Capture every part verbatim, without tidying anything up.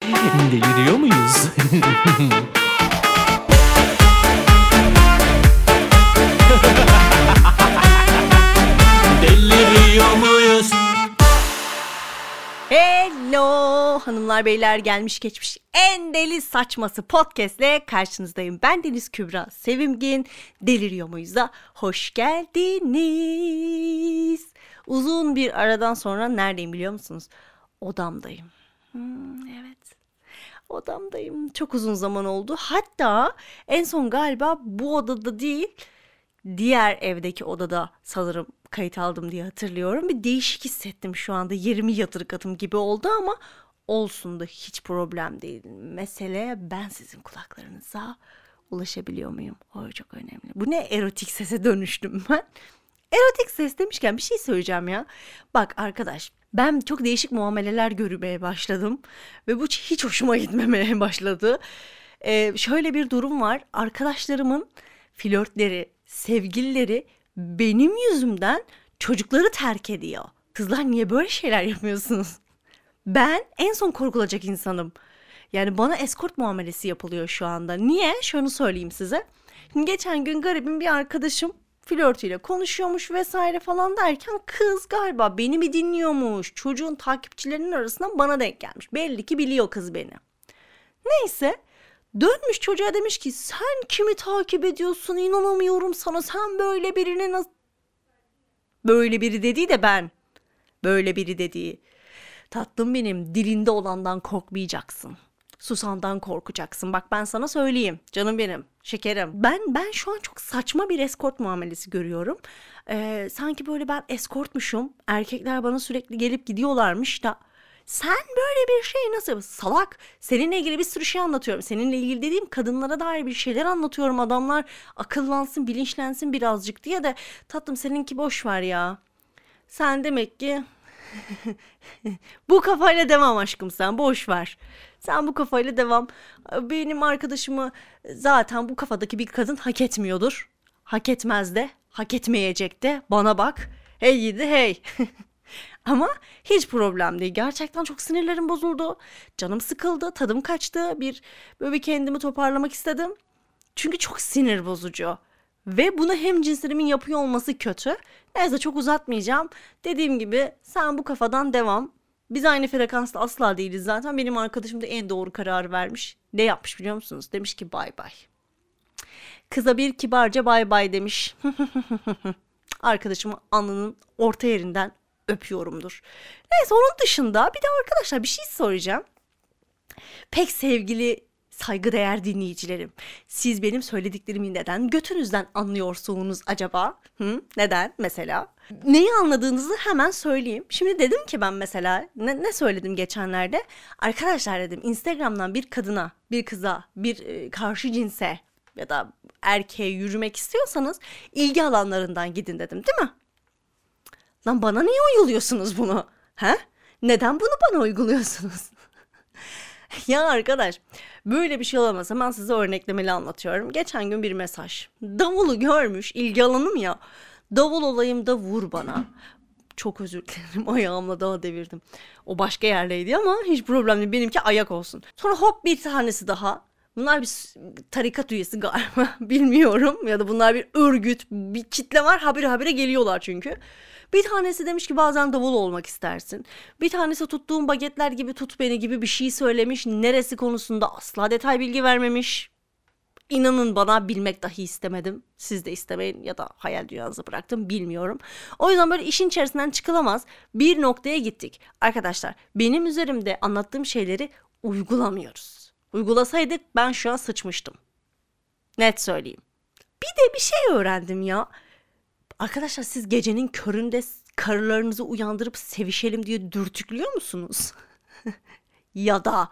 Deliriyor muyuz? Deliriyor muyuz? Hello hanımlar beyler, gelmiş geçmiş en deli saçması podcastle karşınızdayım. Ben Deniz Kübra Sevimgin. Deliriyor muyuz da hoş geldiniz. Uzun bir aradan sonra neredeyim biliyor musunuz? Odamdayım. Hmm, evet. Odamdayım. Çok uzun zaman oldu. Hatta en son galiba bu odada değil, diğer evdeki odada sanırım kayıt aldım diye hatırlıyorum. Bir değişik hissettim şu anda. Yerimi yadırgadım gibi oldu ama olsun da hiç problem değil. Mesele ben sizin kulaklarınıza ulaşabiliyor muyum? O çok önemli. Bu ne erotik sese dönüştüm ben. Erotik ses demişken bir şey söyleyeceğim ya. Bak arkadaş, ben çok değişik muameleler görmeye başladım. Ve bu hiç hoşuma gitmemeye başladı. Ee, şöyle bir durum var. Arkadaşlarımın flörtleri, sevgilileri benim yüzümden çocukları terk ediyor. Kızlar niye böyle şeyler yapıyorsunuz? Ben en son korkulacak insanım. Yani bana escort muamelesi yapılıyor şu anda. Niye? Şunu söyleyeyim size. Şimdi geçen gün garibim bir arkadaşım flörtüyle konuşuyormuş vesaire falan derken kız galiba beni mi dinliyormuş? Çocuğun takipçilerinin arasından bana denk gelmiş. Belli ki biliyor kız beni. Neyse. Dönmüş çocuğa demiş ki sen kimi takip ediyorsun, inanamıyorum sana, sen böyle birine nasıl... Böyle biri dediği de ben. Böyle biri dediği. Tatlım benim, dilinde olandan korkmayacaksın. Susandan korkacaksın. Bak ben sana söyleyeyim. Canım benim, şekerim. Ben ben şu an çok saçma bir eskort muamelesi görüyorum. Ee, sanki böyle ben eskortmuşum. Erkekler bana sürekli gelip gidiyorlarmış da. Sen böyle bir şey nasıl? Salak. Seninle ilgili bir sürü şey anlatıyorum. Seninle ilgili dediğim kadınlara dair bir şeyler anlatıyorum. Adamlar akıllansın, bilinçlensin birazcık diye de tatlım seninki boş ver ya. Sen demek ki bu kafayla devam aşkım, sen boş ver. Sen bu kafayla devam. Benim arkadaşımı zaten bu kafadaki bir kadın hak etmiyordur. Hak etmez de, hak etmeyecek de. Bana bak. Hey yedi hey. Ama hiç problem değil. Gerçekten çok sinirlerim bozuldu. Canım sıkıldı, tadım kaçtı. Bir böyle bir kendimi toparlamak istedim. Çünkü çok sinir bozucu. Ve bunu hem cinslerimin yapıyor olması kötü. Neyse çok uzatmayacağım. Dediğim gibi sen bu kafadan devam. Biz aynı frekansta asla değiliz zaten. Benim arkadaşım da en doğru kararı vermiş. Ne yapmış biliyor musunuz? Demiş ki bay bay. Kıza bir kibarca bay bay demiş. Arkadaşımı alnının orta yerinden öpüyorumdur. Neyse onun dışında bir de arkadaşlar bir şey soracağım. Pek sevgili saygıdeğer dinleyicilerim, siz benim söylediklerimi neden götünüzden anlıyorsunuz acaba? Hı? Neden mesela? Neyi anladığınızı hemen söyleyeyim. Şimdi dedim ki ben mesela ne, ne söyledim geçenlerde? Arkadaşlar dedim, Instagram'dan bir kadına, bir kıza, bir e, karşı cinse ya da erkeğe yürümek istiyorsanız ilgi alanlarından gidin dedim, değil mi? Lan bana niye uyguluyorsunuz bunu? He? Neden bunu bana uyguluyorsunuz? Ya arkadaş, böyle bir şey olamaz. Hemen size örneklemeli anlatıyorum. Geçen gün bir mesaj. Davulu görmüş, ilgi alanım ya. Davul olayım da vur bana. Çok özür dilerim, ayağımla daha devirdim. O başka yerdeydi ama hiç problem değil. Benimki ayak olsun. Sonra hop bir tanesi daha. Bunlar bir tarikat üyesi galiba, bilmiyorum. Ya da bunlar bir örgüt, bir kitle var. Habire habire geliyorlar çünkü. Bir tanesi demiş ki bazen davul olmak istersin. Bir tanesi tuttuğum bagetler gibi tut beni gibi bir şey söylemiş. Neresi konusunda asla detay bilgi vermemiş. İnanın bana, bilmek dahi istemedim. Siz de istemeyin ya da hayal dünyanıza bıraktım, bilmiyorum. O yüzden böyle işin içerisinden çıkılamaz bir noktaya gittik. Arkadaşlar benim üzerimde anlattığım şeyleri uygulamıyoruz. Uygulasaydık ben şu an sıçmıştım. Net söyleyeyim. Bir de bir şey öğrendim ya. Arkadaşlar siz gecenin köründe karılarınızı uyandırıp sevişelim diye dürtüklüyor musunuz? Ya da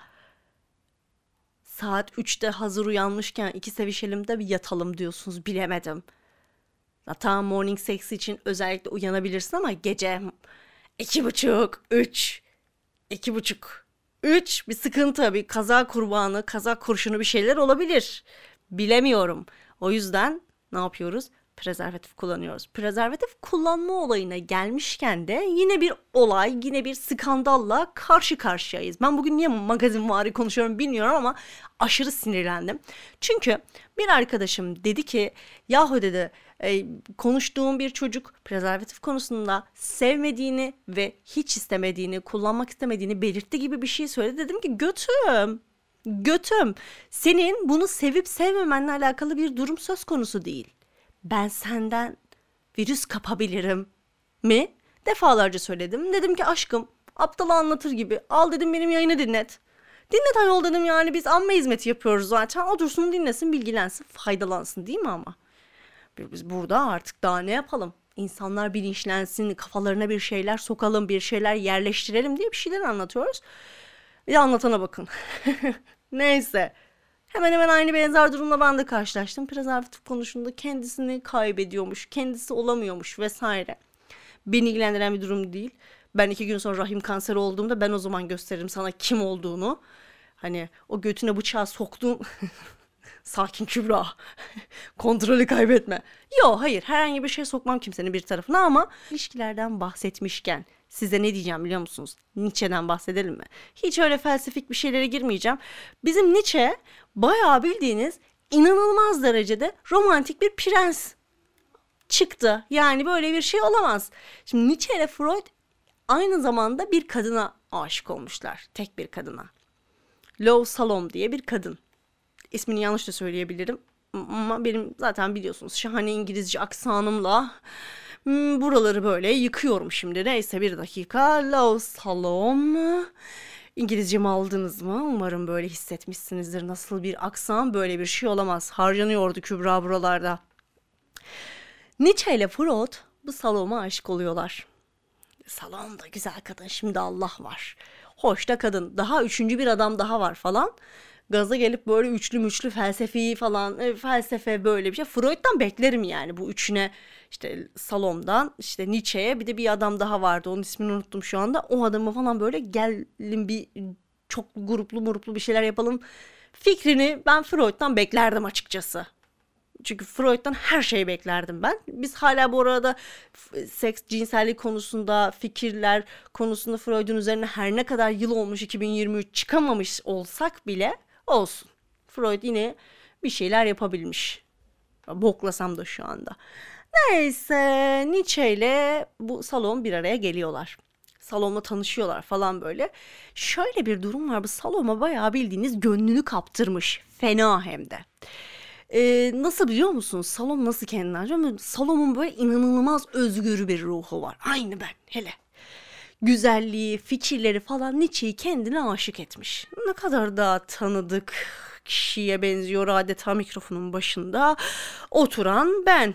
saat üçte hazır uyanmışken iki sevişelim de bir yatalım diyorsunuz, bilemedim. Ya tamam, morning sex için özellikle uyanabilirsin ama gece iki buçuk, üç, iki buçuk, üç bir sıkıntı, bir kaza kurbanı, kaza kurşunu bir şeyler olabilir. Bilemiyorum. O yüzden ne yapıyoruz? prezervatif kullanıyoruz. Prezervatif kullanma olayına gelmişken de yine bir olay, yine bir skandalla karşı karşıyayız. Ben bugün niye magazinvari konuşuyorum bilmiyorum ama aşırı sinirlendim. Çünkü bir arkadaşım dedi ki yahu dedi e, konuştuğum bir çocuk prezervatif konusunda sevmediğini ve hiç istemediğini, kullanmak istemediğini belirtti gibi bir şey söyledi. Dedim ki götüm, götüm senin bunu sevip sevmemenle alakalı bir durum söz konusu değil. Ben senden virüs kapabilirim mi? Defalarca söyledim. Dedim ki aşkım aptala anlatır gibi al dedim benim yayını dinlet. Dinlet ayol dedim yani biz amme hizmeti yapıyoruz zaten. O dursun dinlesin bilgilensin faydalansın değil mi ama? Biz burada artık daha ne yapalım? İnsanlar bilinçlensin, kafalarına bir şeyler sokalım, bir şeyler yerleştirelim diye bir şeyler anlatıyoruz. Bir de anlatana bakın. Neyse. Hemen hemen aynı benzer durumla ben de karşılaştım. Prezervatif konusunda kendisini kaybediyormuş, kendisi olamıyormuş vesaire. Beni ilgilendiren bir durum değil. Ben iki gün sonra rahim kanseri olduğumda ben o zaman gösteririm sana kim olduğunu. Hani o götüne bıçağı soktuğum... Sakin Kübra. Kontrolü kaybetme. Yok hayır herhangi bir şey sokmam kimsenin bir tarafına ama ilişkilerden bahsetmişken size ne diyeceğim biliyor musunuz? Nietzsche'den bahsedelim mi? Hiç öyle felsefik bir şeylere girmeyeceğim. Bizim Nietzsche bayağı bildiğiniz inanılmaz derecede romantik bir prens çıktı. Yani böyle bir şey olamaz. Şimdi Nietzsche ile Freud aynı zamanda bir kadına aşık olmuşlar. Tek bir kadına. Love Salome diye bir kadın. İsmini yanlış da söyleyebilirim. Ama benim zaten biliyorsunuz şahane İngilizce aksanımla buraları böyle yıkıyorum şimdi. Neyse bir dakika. Love Salome. İngilizcemi aldınız mı? Umarım böyle hissetmişsinizdir. Nasıl bir aksan böyle bir şey olamaz. Harcanıyordu Kübra buralarda. Nietzsche ile Freud bu Salome'a aşık oluyorlar. Salome da güzel kadın şimdi Allah var. Hoş da kadın. Daha üçüncü bir adam daha var falan. Gaza gelip böyle üçlü müçlü felsefi falan e, felsefe böyle bir şey. Freud'dan beklerim yani bu üçüne işte Salome'dan işte Nietzsche'ye bir de bir adam daha vardı. Onun ismini unuttum şu anda. O adamı falan böyle gelin bir çok gruplu muruplu bir şeyler yapalım fikrini ben Freud'dan beklerdim açıkçası. Çünkü Freud'dan her şeyi beklerdim ben. Biz hala bu arada seks, cinsellik konusunda, fikirler konusunda Freud'un üzerine her ne kadar yıl olmuş iki bin yirmi üç çıkamamış olsak bile olsun. Freud yine bir şeyler yapabilmiş. Boklasam da şu anda. Neyse Nietzsche ile bu Salome bir araya geliyorlar. Salome'la tanışıyorlar falan böyle. Şöyle bir durum var. Bu Salome'a bayağı bildiğiniz gönlünü kaptırmış. Fena hem de. Ee, nasıl biliyor musunuz? Salome nasıl kendini harcıyor? Salome'un böyle inanılmaz özgür bir ruhu var. Aynı ben hele. Güzelliği, fikirleri falan Nietzsche'yi kendine aşık etmiş. Ne kadar da tanıdık kişiye benziyor adeta mikrofonun başında oturan ben.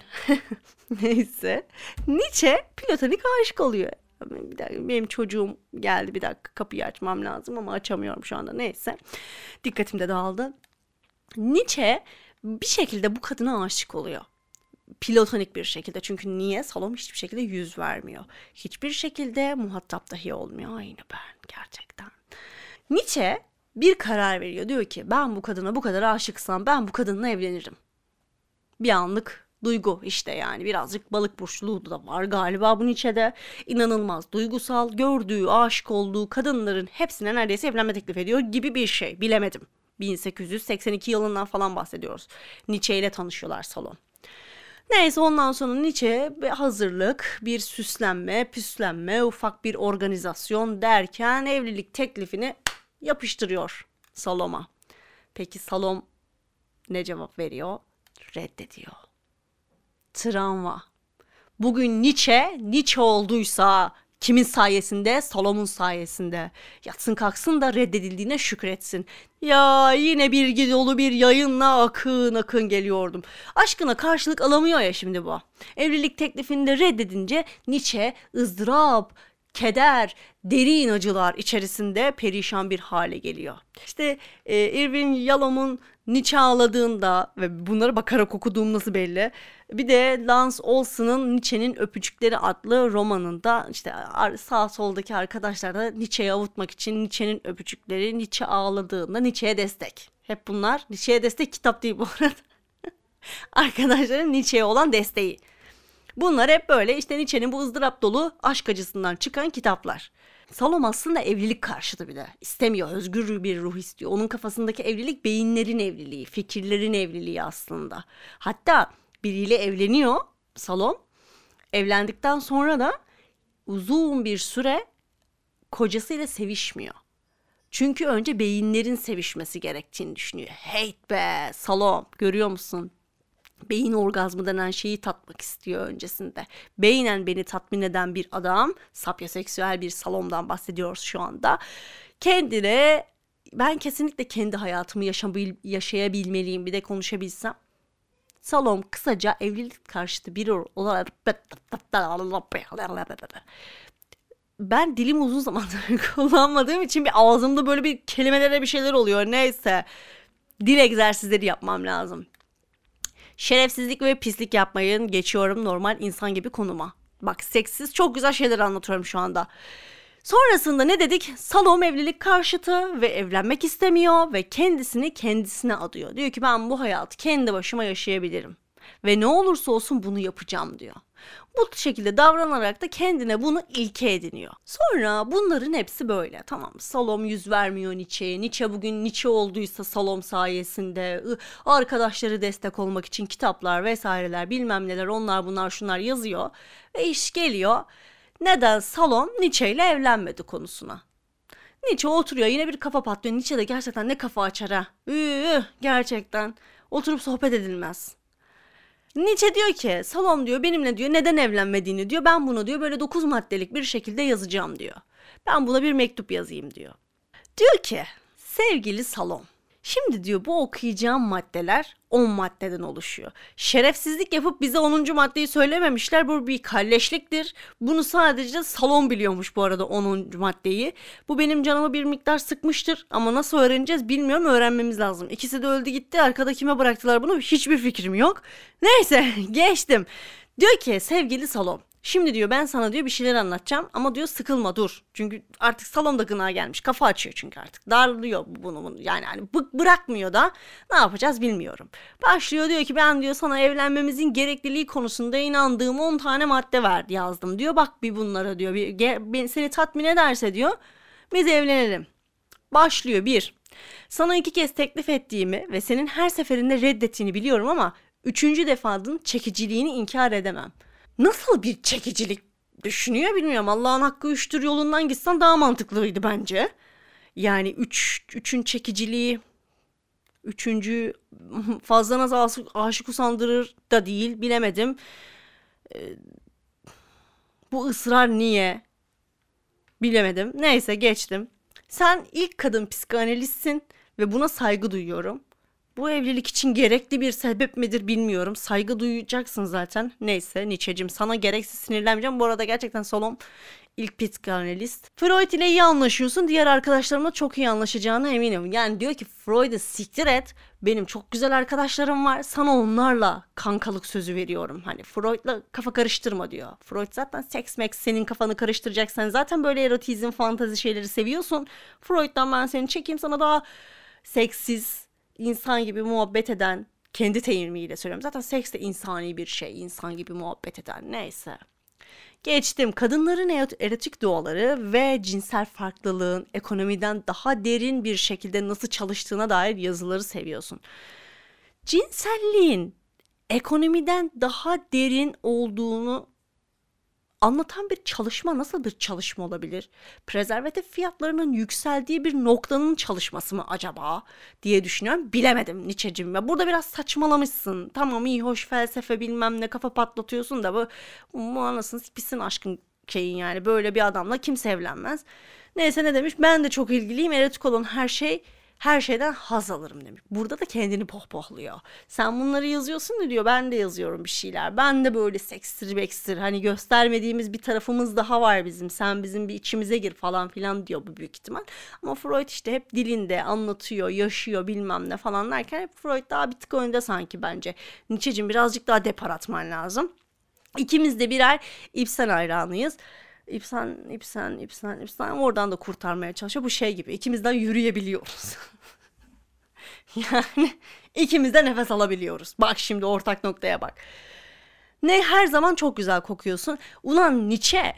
Neyse. Nietzsche platonik aşık oluyor. Bir dakika, benim çocuğum geldi bir dakika kapıyı açmam lazım ama açamıyorum şu anda. Neyse. Dikkatim de dağıldı. Nietzsche bir şekilde bu kadına aşık oluyor. Platonik bir şekilde. Çünkü niye? Salome hiçbir şekilde yüz vermiyor. Hiçbir şekilde muhatap dahi olmuyor. Aynı ben gerçekten. Nietzsche bir karar veriyor. Diyor ki ben bu kadına bu kadar aşıksam ben bu kadınla evlenirim. Bir anlık duygu işte yani birazcık balık burçluluğu da var galiba bu Nietzsche'de. İnanılmaz duygusal, gördüğü, aşık olduğu kadınların hepsine neredeyse evlenme teklif ediyor gibi bir şey. Bilemedim. bin sekiz yüz seksen iki yılından falan bahsediyoruz. Nietzsche ile tanışıyorlar Salome. Neyse ondan sonra Nietzsche bir hazırlık, bir süslenme, püslenme, ufak bir organizasyon derken evlilik teklifini yapıştırıyor Salome'a. Peki Salome ne cevap veriyor? Reddediyor. Travma. Bugün Nietzsche, Nietzsche olduysa kimin sayesinde? Salome'un sayesinde. Yatsın kalksın da reddedildiğine şükretsin. Ya yine bilgi dolu bir yayınla akın akın geliyordum. Aşkına karşılık alamıyor ya şimdi bu. Evlilik teklifini de reddedince Nietzsche ızdırap, keder, derin acılar içerisinde perişan bir hale geliyor. İşte e, Irving Yalom'un Nietzsche ağladığında ve bunları bakarak okuduğum nasıl belli. Bir de Lance Olson'ın Nietzsche'nin Öpücükleri adlı romanında işte sağ soldaki arkadaşlar da Nietzsche'yi avutmak için Nietzsche'nin öpücükleri, Nietzsche ağladığında Nietzsche'ye destek. Hep bunlar Nietzsche'ye destek kitap değil bu arada. Arkadaşların Nietzsche'ye olan desteği. Bunlar hep böyle işte Nietzsche'nin bu ızdırap dolu aşk acısından çıkan kitaplar. Salom aslında evlilik karşıtı bir de. İstemiyor, özgür bir ruh istiyor. Onun kafasındaki evlilik beyinlerin evliliği, fikirlerin evliliği aslında. Hatta biriyle evleniyor Salom. Evlendikten sonra da uzun bir süre kocasıyla sevişmiyor. Çünkü önce beyinlerin sevişmesi gerektiğini düşünüyor. Hey be Salom, görüyor musun? Beyin orgazmı denen şeyi tatmak istiyor öncesinde. Beynen beni tatmin eden bir adam, sapyoseksüel bir Salom'dan bahsediyoruz şu anda. Kendine, ben kesinlikle kendi hayatımı yaşayabil, yaşayabilmeliyim, bir de konuşabilsem. Salom kısaca evlilik karşıtı biri olarak... Ben dilimi uzun zamandır kullanmadığım için bir ağzımda böyle bir kelimelere bir şeyler oluyor. Neyse, dil egzersizleri yapmam lazım. Şerefsizlik ve pislik yapmayın. Geçiyorum normal insan gibi konuma. Bak, seksiz çok güzel şeyler anlatıyorum şu anda. Sonrasında ne dedik? Salom evlilik karşıtı ve evlenmek istemiyor ve kendisini kendisine adıyor. Diyor ki ben bu hayatı kendi başıma yaşayabilirim. Ve ne olursa olsun bunu yapacağım diyor. Bu şekilde davranarak da kendine bunu ilke ediniyor. Sonra bunların hepsi böyle. Tamam, Salom yüz vermiyor Nietzsche'ye. Nietzsche bugün Nietzsche olduysa Salom sayesinde, arkadaşları destek olmak için kitaplar vesaireler bilmem neler onlar bunlar şunlar yazıyor. Ve iş geliyor. Neden Salom Nietzsche ile evlenmedi konusuna. Nietzsche oturuyor, yine bir kafa patlıyor. Nietzsche de gerçekten ne kafa açar ha. Üü, gerçekten oturup sohbet edilmez. Nietzsche diyor ki Salom diyor benimle diyor neden evlenmediğini diyor, ben bunu diyor böyle dokuz maddelik bir şekilde yazacağım diyor. Ben buna bir mektup yazayım diyor. Diyor ki sevgili Salom, şimdi diyor bu okuyacağım maddeler on maddeden oluşuyor. Şerefsizlik yapıp bize onuncu maddeyi söylememişler. Bu bir kalleşliktir. Bunu sadece Salom biliyormuş bu arada onuncu maddeyi. Bu benim canımı bir miktar sıkmıştır ama nasıl öğreneceğiz bilmiyorum, öğrenmemiz lazım. İkisi de öldü gitti, arkada kime bıraktılar bunu hiçbir fikrim yok. Neyse geçtim. Diyor ki sevgili Salom, şimdi diyor ben sana diyor bir şeyler anlatacağım ama diyor sıkılma dur. Çünkü artık Salom'da gına gelmiş, kafa açıyor çünkü artık darlıyor bunu, bunu. Yani hani bı- bırakmıyor da ne yapacağız bilmiyorum. Başlıyor diyor ki ben diyor sana evlenmemizin gerekliliği konusunda inandığım on tane madde verdi yazdım diyor. Bak bir bunlara diyor bir, ge- seni tatmin ederse diyor biz evlenelim. Başlıyor bir. Sana iki kez teklif ettiğimi ve senin her seferinde reddettiğini biliyorum ama üçüncü defanın çekiciliğini inkar edemem. Nasıl bir çekicilik düşünüyor bilmiyorum. Allah'ın hakkı üçtür yolundan gitsen daha mantıklıydı bence. Yani üç, üçün çekiciliği, üçüncü fazla naz aşık usandırır da değil, bilemedim. Ee, bu ısrar niye? Bilemedim. Neyse geçtim. Sen ilk kadın psikanalistsin ve buna saygı duyuyorum. Bu evlilik için gerekli bir sebep midir bilmiyorum. Saygı duyacaksın zaten. Neyse Nietzsche'cim sana gereksiz sinirlenmeyeceğim. Bu arada gerçekten Salom ilk psikanalist. Freud ile iyi anlaşıyorsun. Diğer arkadaşlarımla çok iyi anlaşacağına eminim. Yani diyor ki Freud'u siktir et. Benim çok güzel arkadaşlarım var. Sana onlarla kankalık sözü veriyorum. Hani Freud'la kafa karıştırma diyor. Freud zaten seks max senin kafanı karıştıracak. Sen zaten böyle erotizm, fantazi şeyleri seviyorsun. Freud'dan ben seni çekeyim, sana daha seksiz, insan gibi muhabbet eden, kendi deyimiyle söylüyorum. Zaten seks de insani bir şey. İnsan gibi muhabbet eden. Neyse. Geçtim. Kadınların erotik doğaları ve cinsel farklılığın ekonomiden daha derin bir şekilde nasıl çalıştığına dair yazıları seviyorsun. Cinselliğin ekonomiden daha derin olduğunu anlatan bir çalışma nasıl bir çalışma olabilir? Prezervatif fiyatlarının yükseldiği bir noktanın çalışması mı acaba diye düşünüyorum. Bilemedim Nietzsche'cim. Ya burada biraz saçmalamışsın. Tamam iyi hoş felsefe bilmem ne kafa patlatıyorsun da bu, bu anasını pisin aşkın şeyin yani. Böyle bir adamla kimse evlenmez. Neyse ne demiş? Ben de çok ilgiliyim. Erotik olan her şey her şeyden haz alırım demiş. Burada da kendini pohpohluyor. Sen bunları yazıyorsun da diyor ben de yazıyorum bir şeyler. Ben de böyle sekstir bekstir hani göstermediğimiz bir tarafımız daha var bizim. Sen bizim bir içimize gir falan filan diyor bu büyük ihtimal. Ama Freud işte hep dilinde anlatıyor, yaşıyor bilmem ne falan derken hep Freud daha bir tık önde sanki bence. Nietzsche'cim birazcık daha depar atman lazım. İkimiz de birer Ibsen hayranıyız. İbsen, İbsen, İbsen, İbsen oradan da kurtarmaya çalışıyor. Bu şey gibi ikimizden yürüyebiliyoruz. Yani İkimiz de nefes alabiliyoruz. Bak şimdi ortak noktaya bak. Ne her zaman çok güzel kokuyorsun. Ulan Nietzsche.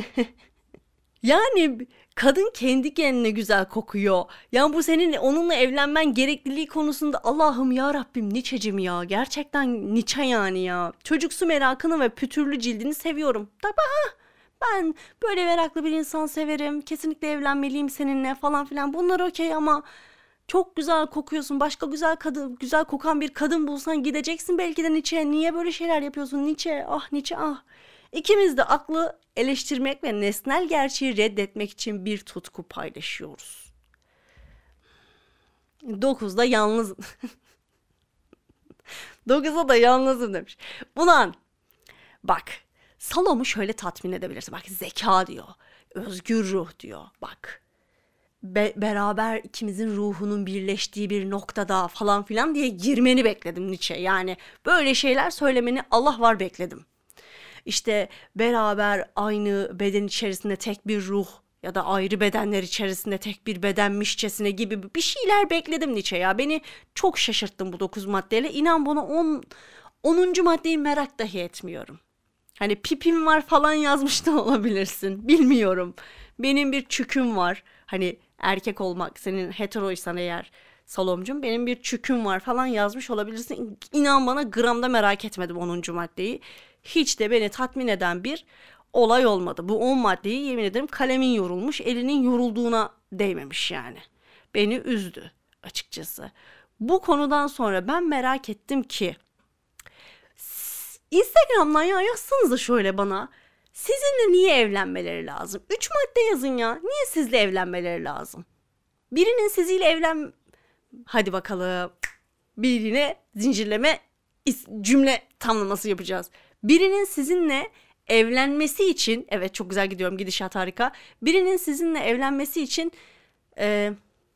Yani kadın kendi kendine güzel kokuyor. Yani bu senin onunla evlenmen gerekliliği konusunda Allah'ım ya Rabbim Nietzsche'cim ya. Gerçekten Nietzsche yani ya. Çocuksu merakını ve pütürlü cildini seviyorum. Tabii ha. Ben böyle meraklı bir insan severim. Kesinlikle evlenmeliyim seninle falan filan. Bunlar okey ama çok güzel kokuyorsun. Başka güzel kadın, güzel kokan bir kadın bulsan gideceksin belki de Nietzsche'ye. Niye böyle şeyler yapıyorsun Nietzsche? Ah Nietzsche ah. İkimiz de aklı eleştirmek ve nesnel gerçeği reddetmek için bir tutku paylaşıyoruz. Dokuzda yalnız. Dokuzda da yalnızım demiş. Ulan bak Salom'u şöyle tatmin edebilirsin. Bak zeka diyor. Özgür ruh diyor. Bak. Be- beraber ikimizin ruhunun birleştiği bir noktada falan filan diye girmeni bekledim Nietzsche. Yani böyle şeyler söylemeni Allah var bekledim. İşte beraber aynı beden içerisinde tek bir ruh ya da ayrı bedenler içerisinde tek bir bedenmişçesine gibi bir şeyler bekledim Nietzsche ya. Beni çok şaşırttın bu dokuz maddeyle. İnan bana on, onuncu maddeyi merak dahi etmiyorum. Hani pipim var falan yazmış da olabilirsin. Bilmiyorum. Benim bir çüküm var. Hani erkek olmak senin heteroysan eğer Salomcum benim bir çüküm var falan yazmış olabilirsin. İnan bana gramda merak etmedim onuncu maddeyi. Hiç de beni tatmin eden bir olay olmadı. Bu on maddeyi yemin ederim kalemin yorulmuş, elinin yorulduğuna değmemiş yani. Beni üzdü açıkçası. Bu konudan sonra ben merak ettim ki Instagram'dan ya yazsanıza şöyle bana. Sizinle niye evlenmeleri lazım? Üç madde yazın ya. Niye sizle evlenmeleri lazım? Birinin siziyle evlen... Hadi bakalım. Birine zincirleme cümle tamlaması yapacağız. Birinin sizinle evlenmesi için... Evet çok güzel gidiyorum. Gidişat harika. Birinin sizinle evlenmesi için... E,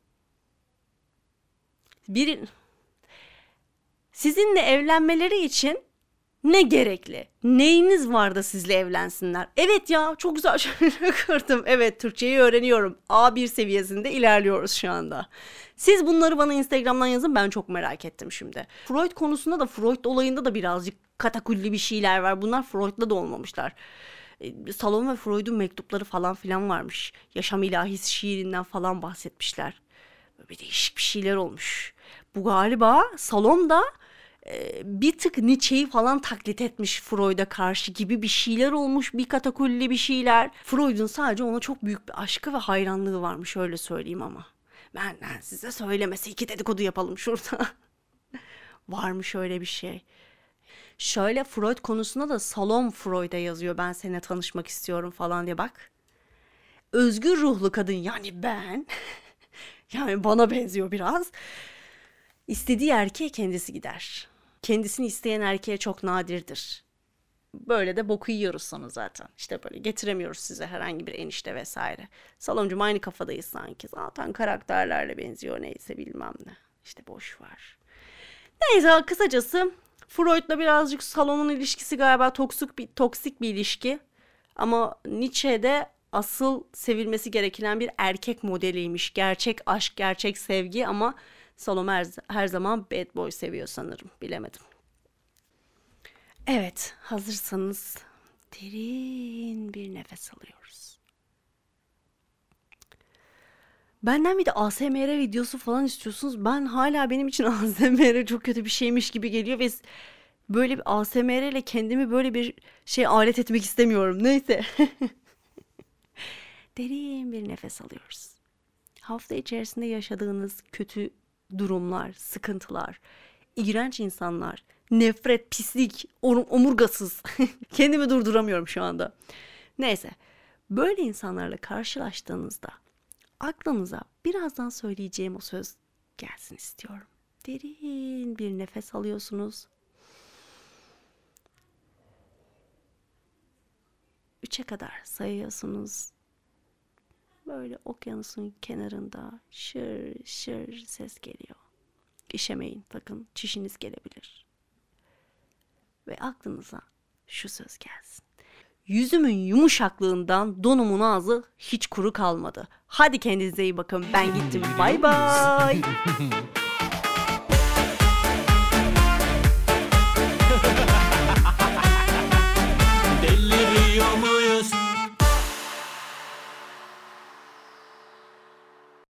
bir, sizinle evlenmeleri için... Ne gerekli? Neyiniz var da sizle evlensinler? Evet ya çok güzel şeyler kırdım. Evet Türkçeyi öğreniyorum. A bir seviyesinde ilerliyoruz şu anda. Siz bunları bana Instagram'dan yazın ben çok merak ettim şimdi. Freud konusunda da Freud olayında da birazcık katakulli bir şeyler var. Bunlar Freud'la da olmamışlar. Salome ve Freud'un mektupları falan filan varmış. Yaşam ilahisi şiirinden falan bahsetmişler. Böyle bir değişik bir şeyler olmuş. Bu galiba Salome da bir tık Nietzsche'yi falan taklit etmiş Freud'a karşı gibi bir şeyler olmuş. Bir katakulli bir şeyler. Freud'un sadece ona çok büyük bir aşkı ve hayranlığı varmış öyle söyleyeyim ama. Benden size söylemesi iki dedikodu yapalım şurada. Varmış öyle bir şey. Şöyle Freud konusunda da Salome Freud'a yazıyor ben seninle tanışmak istiyorum falan diye bak. Özgür ruhlu kadın yani ben. Yani bana benziyor biraz. İstediği erkeğe kendisi gider. Kendisini isteyen erkeğe çok nadirdir. Böyle de boku yiyoruz sonra zaten. İşte böyle getiremiyoruz size herhangi bir enişte vesaire. Salomcum aynı kafadayız sanki. Zaten karakterlerle benziyor neyse bilmem ne. İşte boş ver. Neyse kısacası Freud'la birazcık Salom'un ilişkisi galiba toksik bir, toksik bir ilişki. Ama Nietzsche'de asıl sevilmesi gereken bir erkek modeliymiş. Gerçek aşk, gerçek sevgi ama... Salome her, her zaman bad boy seviyor sanırım. Bilemedim. Evet, hazırsanız derin bir nefes alıyoruz. Benden bir de A S M R videosu falan istiyorsunuz. Ben hala benim için A S M R çok kötü bir şeymiş gibi geliyor ve böyle bir A S M R ile kendimi böyle bir şey alet etmek istemiyorum. Neyse. Derin bir nefes alıyoruz. Hafta içerisinde yaşadığınız kötü durumlar, sıkıntılar, iğrenç insanlar, nefret, pislik, omurgasız. Kendimi durduramıyorum şu anda. Neyse, böyle insanlarla karşılaştığınızda aklınıza birazdan söyleyeceğim o söz gelsin istiyorum. Derin bir nefes alıyorsunuz. Üçe kadar sayıyorsunuz. Böyle okyanusun kenarında şır şır ses geliyor. İşemeyin sakın, çişiniz gelebilir. Ve aklınıza şu söz gelsin. Yüzümün yumuşaklığından donumun ağzı hiç kuru kalmadı. Hadi kendinize iyi bakın. Ben gittim. Bay bay.